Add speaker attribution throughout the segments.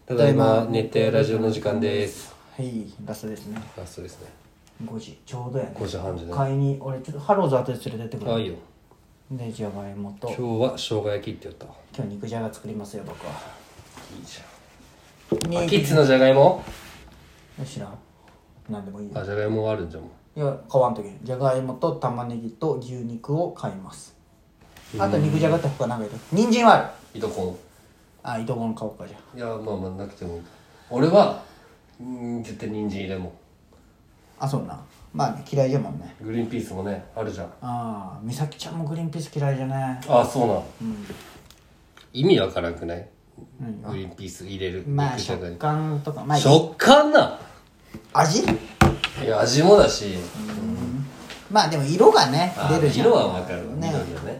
Speaker 1: ただいま熱帯ラジオの時間です。
Speaker 2: はい、ラストですね。
Speaker 1: ラストですね。
Speaker 2: 5時ちょうどやね。
Speaker 1: 5時半時ね。
Speaker 2: 買いに俺ちょっとハローズ後で連れてってくる。
Speaker 1: あ、いいよ。
Speaker 2: でじゃがいもと
Speaker 1: 今日は生姜焼きって言った。
Speaker 2: 今日肉じゃが作りますよ僕は。
Speaker 1: いいじゃん。キッズのじゃがいも
Speaker 2: 知らん。なんでもいいよ。
Speaker 1: あ、じゃがいもがあるんじゃもん。
Speaker 2: いや買わんときじゃがいもと玉ねぎと牛肉を買います。あと肉じゃがって他何かいる？人参はある。
Speaker 1: 糸こん。
Speaker 2: あ、糸こん買おうかじゃ
Speaker 1: いや、まあなくてもいい。俺は絶対人参入れもん。
Speaker 2: あ、そうな。まあ、ね、嫌いじゃもんね。
Speaker 1: グリーンピースもねあるじゃん。
Speaker 2: ああ、美咲ちゃんもグリーンピース嫌いじゃね。
Speaker 1: あ、そうなの、意味わからんくない、グリーンピース入れる
Speaker 2: まあ
Speaker 1: 肉じゃがに。
Speaker 2: 食感とか、まあ、
Speaker 1: 食感な
Speaker 2: 味？
Speaker 1: いや味もだし、
Speaker 2: まあでも色がね出るじゃん。
Speaker 1: 色はわかるわ、
Speaker 2: ね、
Speaker 1: 緑のね、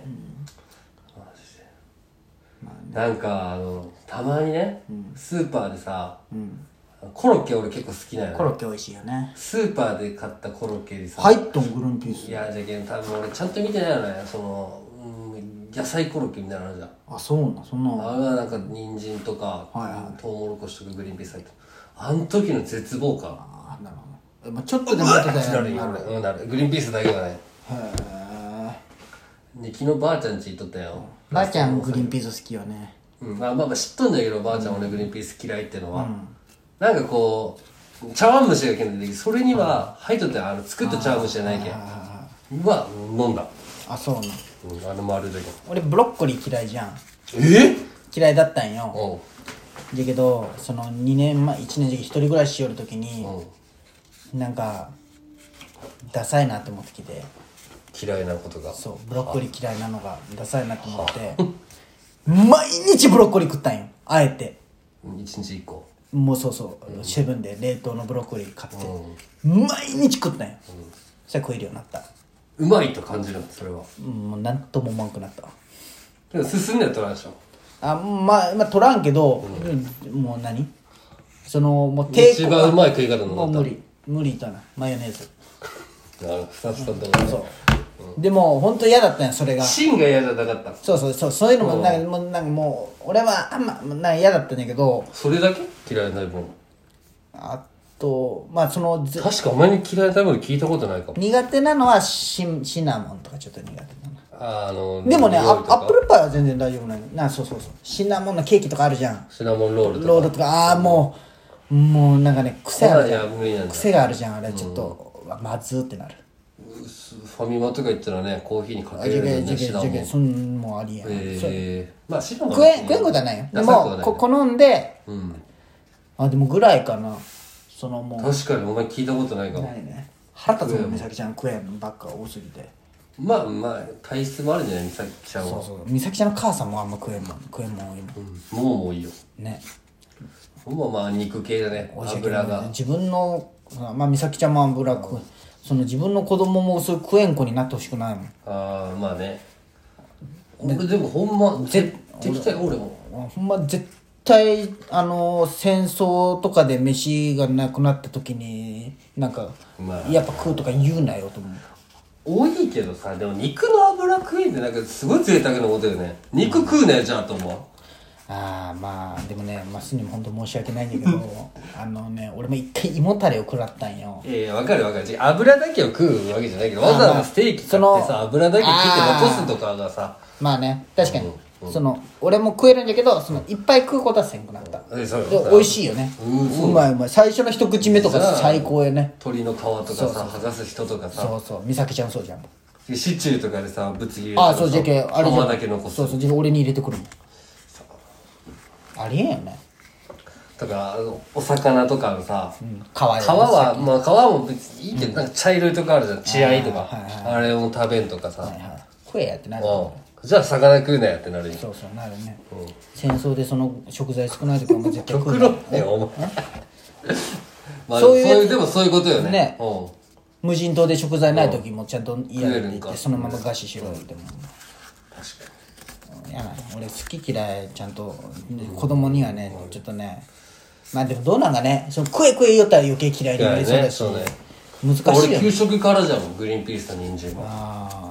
Speaker 1: なんかたまにね、スーパーでさ、コロッケ俺結構好きなのよ。
Speaker 2: コロッケ美味しいよね。
Speaker 1: スーパーで買ったコロッケでさ
Speaker 2: 入っとんグリーンピース。
Speaker 1: いやじゃけん多分俺ちゃんと見てないよね。野菜コロッケみたいなのあるじゃん。
Speaker 2: あ、そうな、そんな。
Speaker 1: あれはなんか人参とか、トウモロコシとかグリーンピース入ってあの時の絶望感。
Speaker 2: あ、なるほど。まあちょっとでも出てたよね。
Speaker 1: なるグリーンピースだけはね。
Speaker 2: へ
Speaker 1: で昨日ばあちゃん家行っとったよ。
Speaker 2: ばあちゃんもグリーンピース好きよね。
Speaker 1: まあ知っとんだけどばあちゃん俺グリーンピース嫌いってのは、なんかこう茶碗蒸しがけんでそれには入っとったよ。作った茶碗蒸しじゃないけんは飲んだ。
Speaker 2: あ、そうな。
Speaker 1: 丸だけ
Speaker 2: 俺ブロッコリー嫌いじゃん。嫌いだったんよ。だけどその2年前1年時期一人暮らししよる時になんかダサいなって思ってきて。
Speaker 1: 嫌いなことが。
Speaker 2: そうブロッコリー嫌いなのがダサいなと思って毎日ブロッコリー食ったんよ。あえて
Speaker 1: 1日1個
Speaker 2: もうそうそう、セブンで冷凍のブロッコリー買って、毎日食ったんよ。そしたら食えるようになった。
Speaker 1: うまいと感じるのそれは。
Speaker 2: もうなんとも思わんくなった。
Speaker 1: でも進んでは取らんでしょ。
Speaker 2: まあ取らんけど、もう何そのもう
Speaker 1: 一番うまい食い方の
Speaker 2: もう無理だな。マヨネーズ
Speaker 1: ふさふさとかね。
Speaker 2: そうでも本当嫌だったんよそれが。
Speaker 1: 芯が嫌じゃなかった。
Speaker 2: そういうのもなんかもう俺はあんまなんか嫌だったんだけど。
Speaker 1: それだけ嫌いな食べ物。
Speaker 2: あとまあその
Speaker 1: 確かお前に嫌いな食べ物聞いたことないかも。
Speaker 2: 苦手なのはシナモンとかちょっと苦手だな。でもねアップルパイは全然大丈夫な。そうシナモンのケーキとかあるじゃん。
Speaker 1: シナモンロールとか。
Speaker 2: もうなんかね癖あるじゃん。癖があるじゃんあれ。ちょっとまずってなる。
Speaker 1: ファミマとか行ったらねコーヒーにかけるよねシナモン。
Speaker 2: そんもありやん。
Speaker 1: まあシナモン
Speaker 2: 食えんことはないよ。でも好んででもぐらいかな。そのもう
Speaker 1: 確かにお前聞いたことないかも。
Speaker 2: ないね。腹立つもん美咲ちゃん食えんばっか多すぎて。
Speaker 1: まあ体質もあるんじゃない美咲ちゃんは。
Speaker 2: そう美咲ちゃんの母さんもあんま食えんもん
Speaker 1: もういいよ
Speaker 2: ね。
Speaker 1: まあ肉系だね。油が
Speaker 2: 自分の美咲ちゃんも油食う。その自分の子供もそういう食えん子になってほしくないもん。
Speaker 1: まあね。俺でもほんま絶対来たよ俺も。
Speaker 2: ほんま絶対戦争とかで飯がなくなった時になんか、やっぱ食うとか言うなよと思う。
Speaker 1: 多いけどさ、でも肉の油食えってなんかすごい贅沢なことよね。肉食うなよじゃあと思う。
Speaker 2: まあでもねマスにも本当申し訳ないんだけど俺も一回胃もたれを食らったんよ。
Speaker 1: わかる油だけを食うわけじゃないけど、わざわざステーキ買ってさ油だけ切って残すとかがさ、
Speaker 2: まあね確かに、俺も食えるんだけどいっぱい食うことはせんくなった。で美味しいよね。うまい最初の一口目とか最高よね。
Speaker 1: 鶏の皮とかさ剥がす人とかさ。
Speaker 2: そう美咲ちゃんそうじゃん。
Speaker 1: シチューとかでさぶつ切り
Speaker 2: そうじゃけあれじゃん。
Speaker 1: だけ残す。
Speaker 2: そう俺に入れてくるもん。ありえんよね。
Speaker 1: とかお魚とかのさ、
Speaker 2: 皮は
Speaker 1: 皮も別にいいけど、なんか茶色いとこあるじゃん。血合いとかあれを食べんとかさ、
Speaker 2: 食えやってなる。
Speaker 1: じゃあ魚食うなやってなるよ。
Speaker 2: そうなるね。戦争でその食材少ない時はもう絶対食う
Speaker 1: な。極論ねお前。でもそういうことよね。
Speaker 2: 無人島で食材ない時もちゃんと嫌って言ってそのまま餓死しろよっても。
Speaker 1: 確かに。
Speaker 2: 俺好き嫌いちゃんと子供にはねちょっとね。まあでもどうなんかね食え言ったら余計嫌いになりそうだし、難しいよね。
Speaker 1: 俺給食からじゃんグリーンピースと人参も。
Speaker 2: ないね。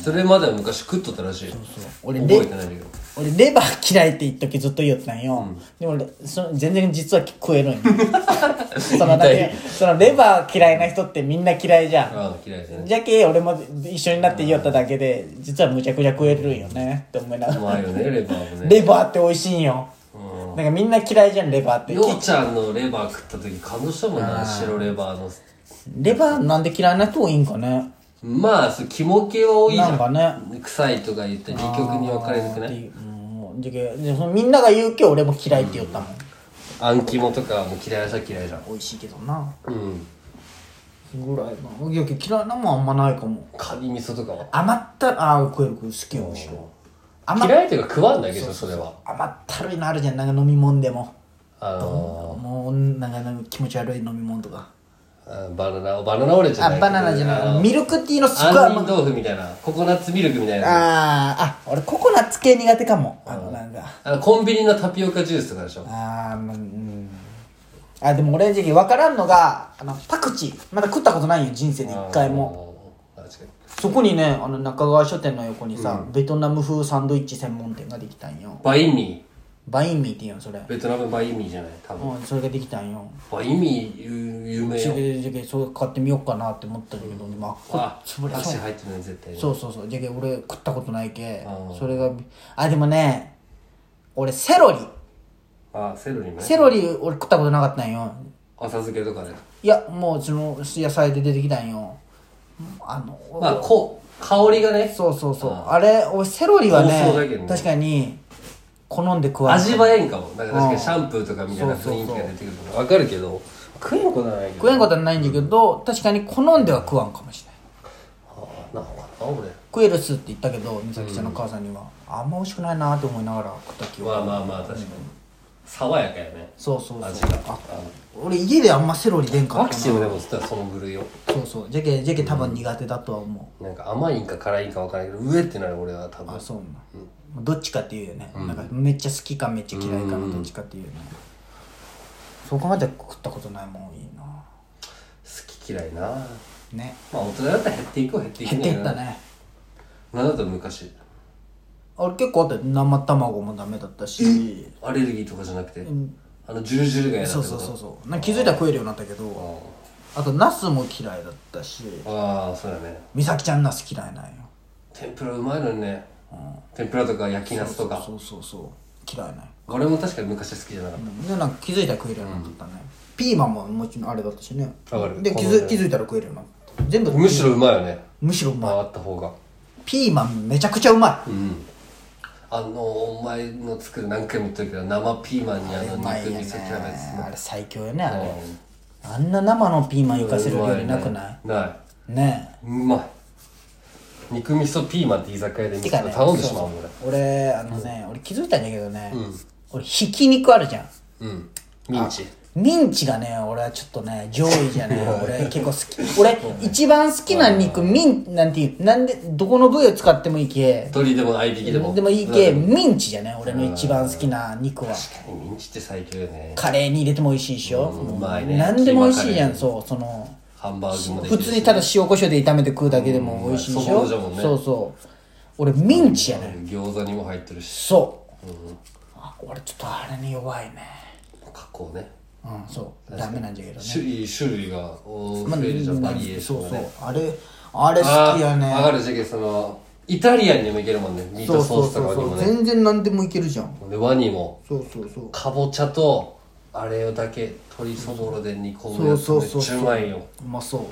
Speaker 2: の。
Speaker 1: それまでは昔食っとったらしい。
Speaker 2: そうそう
Speaker 1: 覚えてないけど。
Speaker 2: 俺レバー嫌いって一時ずっと言ったんよ、でも俺全然実は食えるんよそのレバー嫌いな人ってみんな嫌いじゃん。
Speaker 1: ああ、嫌いですね。
Speaker 2: じゃけ俺も一緒になって言おっただけで実はむちゃくちゃ食えるんよねって思いながら。
Speaker 1: うまいよね、レバーもね。
Speaker 2: レバーって美味しいんよ。なんかみんな嫌いじゃんレバーって。
Speaker 1: ようちゃんのレバー食った時感動したもんな、白レバーの。
Speaker 2: レバーなんで嫌いな人多いんかね。
Speaker 1: まあ、肝系は多いじゃん。
Speaker 2: なんかね。
Speaker 1: 臭いとか言って二極に分かれるくね。
Speaker 2: でそのみんなが言うけど俺も嫌いって言ったもん。
Speaker 1: あん肝とかも嫌いな人は嫌いじゃん。
Speaker 2: 美味しいけどな。
Speaker 1: うん。
Speaker 2: ぐらいな。いや嫌いなもんあんまないかも。
Speaker 1: カニ味噌とかは
Speaker 2: 甘ったる食える好きよむしろ。
Speaker 1: 嫌いっていうか食わんだけど、それは。
Speaker 2: 甘ったるいのあるじゃん、なんか飲み物でも。
Speaker 1: も
Speaker 2: うなんか気持ち悪い飲み物とか。
Speaker 1: バナナオレンジじゃない。
Speaker 2: バナナじゃない。ミルクティーのすごい
Speaker 1: 杏仁豆腐みたいな、ココナッツミルクみたいな。
Speaker 2: 俺ココナッツ系苦手かも。なんか
Speaker 1: コンビニのタピオカジュースとかでしょ。
Speaker 2: でも俺時期分からんのがパクチーまだ食ったことないよ人生で一回も。そこにね中川書店の横にさ、ベトナム風サンドイッチ専門店ができたんよ。
Speaker 1: バインミ
Speaker 2: ーって言うのそれ。
Speaker 1: ベトナムバインミーじゃない多分。
Speaker 2: それができたんよ。
Speaker 1: バインミー有名よ。
Speaker 2: それ買ってみようかなって思ったんだけど、
Speaker 1: 足入ってるね絶対。
Speaker 2: そうじゃけ俺食ったことないけ。それがでもね俺セロリ
Speaker 1: ね。
Speaker 2: セロリ俺食ったことなかったんよ。
Speaker 1: 浅漬けとかで。
Speaker 2: いやもうその野菜で出てきたんよ。
Speaker 1: 香りがね。
Speaker 2: そうあれ俺セロリはね確かに好んで食わない。
Speaker 1: 味わえんかも。だから確かにシャンプーとかみたいな雰囲気が出てくるの分かるけど食えんことはないけど。
Speaker 2: 食えんことはないんだけど確かに好んでは食わんかもしれない。
Speaker 1: なのかな俺。
Speaker 2: 食えるっすって言ったけど美咲ちゃんの母さんには、あんま美味しくないなって思いながら食った記憶。
Speaker 1: まあ確かに、爽やかやね。
Speaker 2: そう
Speaker 1: 味が。
Speaker 2: 俺家であんまセロリ出んかったな。
Speaker 1: マキシムでもつったらその部類よ。
Speaker 2: そうじゃけ多分苦手だとは思
Speaker 1: う。なんか甘いんか辛いんか分からないけど上ってなる俺は多分。
Speaker 2: そうな、どっちかっていうよね、なんかめっちゃ好きかめっちゃ嫌いかのどっちかっていうよね。そう考えて食ったことないもんいいな。好
Speaker 1: き嫌いな
Speaker 2: ね。
Speaker 1: まあ大人だったら減っていくね。
Speaker 2: 減っていったね。
Speaker 1: なんだったら昔
Speaker 2: 俺結構あって生卵もダメだったし。
Speaker 1: アレルギーとかじゃなくて、ジュルジュルが嫌だった。
Speaker 2: そうなんか気づいたら食えるようになったけど、あとナスも嫌いだったし。
Speaker 1: そうやね。
Speaker 2: 美咲ちゃんナス嫌いなんよ。
Speaker 1: 天ぷらうまいのにね。天ぷらとか焼きナスとか。
Speaker 2: そう嫌いない。
Speaker 1: 俺も確かに昔好きじゃなかっ
Speaker 2: た。でなんか気づいたら食えるようになったね。ピーマンももちろんあれだったしね。
Speaker 1: で
Speaker 2: 気づいたら食えるようになった。全部
Speaker 1: むしろうまいよね。
Speaker 2: むしろうまい。
Speaker 1: あった方が。
Speaker 2: ピーマンめちゃくちゃうまい。
Speaker 1: お前の作る何回も言ってるけど生ピーマンに肉味噌キャベツ
Speaker 2: あれ最強よねあれ。あんな生のピーマン浮かせる料理なくない？
Speaker 1: ない
Speaker 2: ね。
Speaker 1: うまい。肉味噌ピーマンって居酒屋で頼んでしまうもん
Speaker 2: 俺気づいたんだけどね、俺ひき肉あるじゃん。ミンチがね俺はちょっとね上位じゃね俺結構好き。俺一番好きな肉なんていうなんでどこの部位を使ってもいいけ。
Speaker 1: 鶏でも合いびきでも
Speaker 2: いいけミンチじゃね俺の一番好きな肉は。
Speaker 1: 確かにミンチって最強よね。
Speaker 2: カレーに入れても美味しいでしょ。
Speaker 1: うまいね。
Speaker 2: 何でも美味しいじゃん。その
Speaker 1: ハンバーグもできるし
Speaker 2: 普通にただ塩コショウで炒めて食うだけでも美味しいでしょ。そう俺ミンチやね。
Speaker 1: 餃子にも入ってるし。
Speaker 2: そう俺ちょっとあれに弱いね。
Speaker 1: 加工ね。
Speaker 2: そうダメなんじゃけどね。
Speaker 1: 種類が増えるじゃん、バリエーションがね。
Speaker 2: あれ好きやね。
Speaker 1: 上がるじゃけイタリアンにもいけるもんね。ミートソースとかにもね。
Speaker 2: 全然何でもいけるじゃん。
Speaker 1: でワニも
Speaker 2: そう
Speaker 1: かぼちゃとあれだけ鶏そぼろで煮込むやつめっちゃうまいよ。
Speaker 2: うまそう。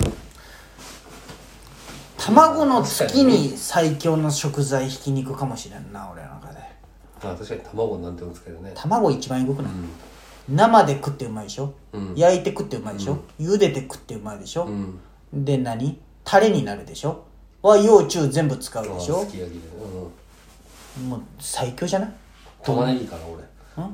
Speaker 2: 卵の月に最強の食材ひき肉かもしれんな俺の中で。
Speaker 1: 確かに卵なんても使えるね。
Speaker 2: 卵一番よくない？生で食ってうまいでしょ、焼いて食ってうまいでしょ、茹でて食ってうまいでしょ、でタレになるでしょ幼虫全部使うでしょ。
Speaker 1: すき焼きで、
Speaker 2: もう最強じゃない？
Speaker 1: 玉ねぎかな俺。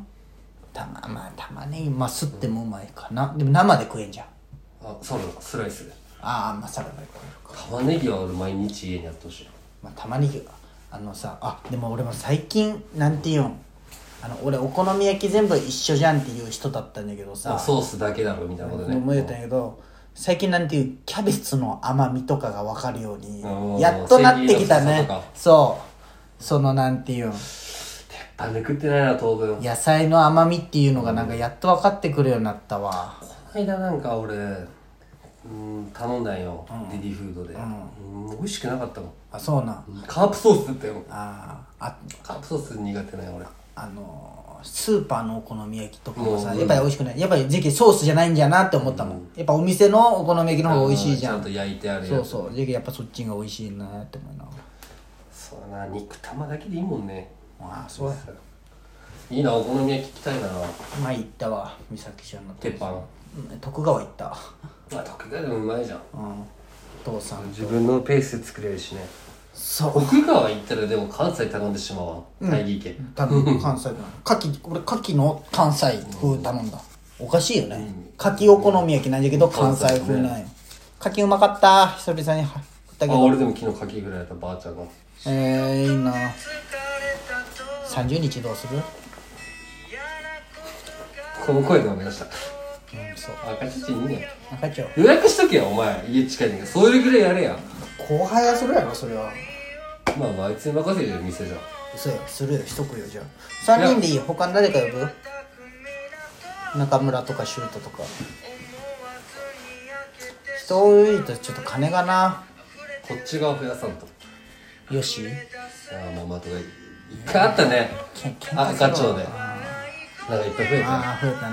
Speaker 2: 玉ねぎすってもうまいかな。でも生で食えんじゃん。
Speaker 1: サラダスライスで。
Speaker 2: サラダで食えるか。
Speaker 1: 玉ねぎは俺毎日家にやってほしい。
Speaker 2: 玉ねぎでも俺も最近なんていうん俺お好み焼き全部一緒じゃんっていう人だったんだけどさ。
Speaker 1: ソースだけだろみたいなことね。
Speaker 2: 思えたんやけど最近なんていうキャベツの甘みとかが分かるようにやっとなってきたね。そうそのなんていう
Speaker 1: 抜くってないな当分。
Speaker 2: 野菜の甘みっていうのがなんかやっと分かってくるようになったわ。
Speaker 1: この間なんか俺頼んだんよ、デディフードで、美味しくなかったもん。
Speaker 2: あ、そうなん。
Speaker 1: カープソースだったよ。
Speaker 2: カ
Speaker 1: ープソース苦手なんよ俺。
Speaker 2: スーパーのお好み焼きとかもさ、やっぱり美味しくない。やっぱり時期ソースじゃないんじゃなって思ったもん。やっぱお店のお好み焼きの方が美味しいじゃん。
Speaker 1: ちゃんと焼いてあるやつ。
Speaker 2: そうそう。時期やっぱそっちが美味しいなって思いながら。
Speaker 1: そうだな、肉玉だけでいいもんね。
Speaker 2: ああ、そうや。
Speaker 1: いいな、お好み焼き行きたいな。
Speaker 2: 前行ったわ、三崎ちゃんの
Speaker 1: 鉄板。
Speaker 2: 徳川行った。
Speaker 1: 徳川でもうまいじゃん。
Speaker 2: 父さん
Speaker 1: 自分のペースで作れるしね。
Speaker 2: そう。
Speaker 1: 徳川行ったらでも関西頼んでしまうわ。大義家。
Speaker 2: 多分関西だな。俺牡蠣の関西風頼んだ。おかしいよね。牡蠣お好み焼きなんだけど関西風なんよ。牡蠣うまかった。久々に食ったけど。
Speaker 1: 俺でも昨日牡蠣ぐらいやったばあちゃんが。
Speaker 2: いいな。30日どうする？
Speaker 1: この声でお願いした。
Speaker 2: そう。
Speaker 1: 赤ちょっといいね。
Speaker 2: 赤ちょ。
Speaker 1: 予約しとけよお前、家近いんだけど。それぐらいやれや。
Speaker 2: 後輩はするやろそれは。
Speaker 1: まああいつに任せるよ店じゃん。
Speaker 2: そうや、するよ、しとくよ。じゃあ3人でいいよ。他に誰か呼ぶ？中村とかシュートとか。人多いとちょっと金がな。
Speaker 1: こっち側増やさんと。
Speaker 2: よし。
Speaker 1: まあとか一回あったね。赤町で。なんかいっぱい増えた。
Speaker 2: 増えたね。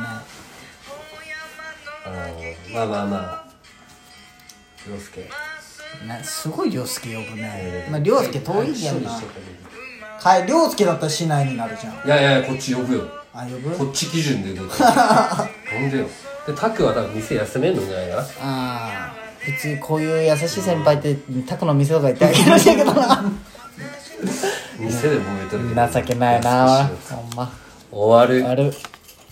Speaker 1: まあ涼介
Speaker 2: すごい涼介呼ぶね。まあ涼介遠いじゃんな。涼介だったら市内になるじゃん。
Speaker 1: いやこっち呼ぶよ。
Speaker 2: 呼ぶ？
Speaker 1: こっち基準で呼ぶ。なんでよ。でタクは多分店休めんのじゃないかな。
Speaker 2: 別にこういう優しい先輩ってタクの店とか行ってあげるんだけどな。
Speaker 1: 店で揉めてるけど
Speaker 2: 情けないなほんま。
Speaker 1: 終わる。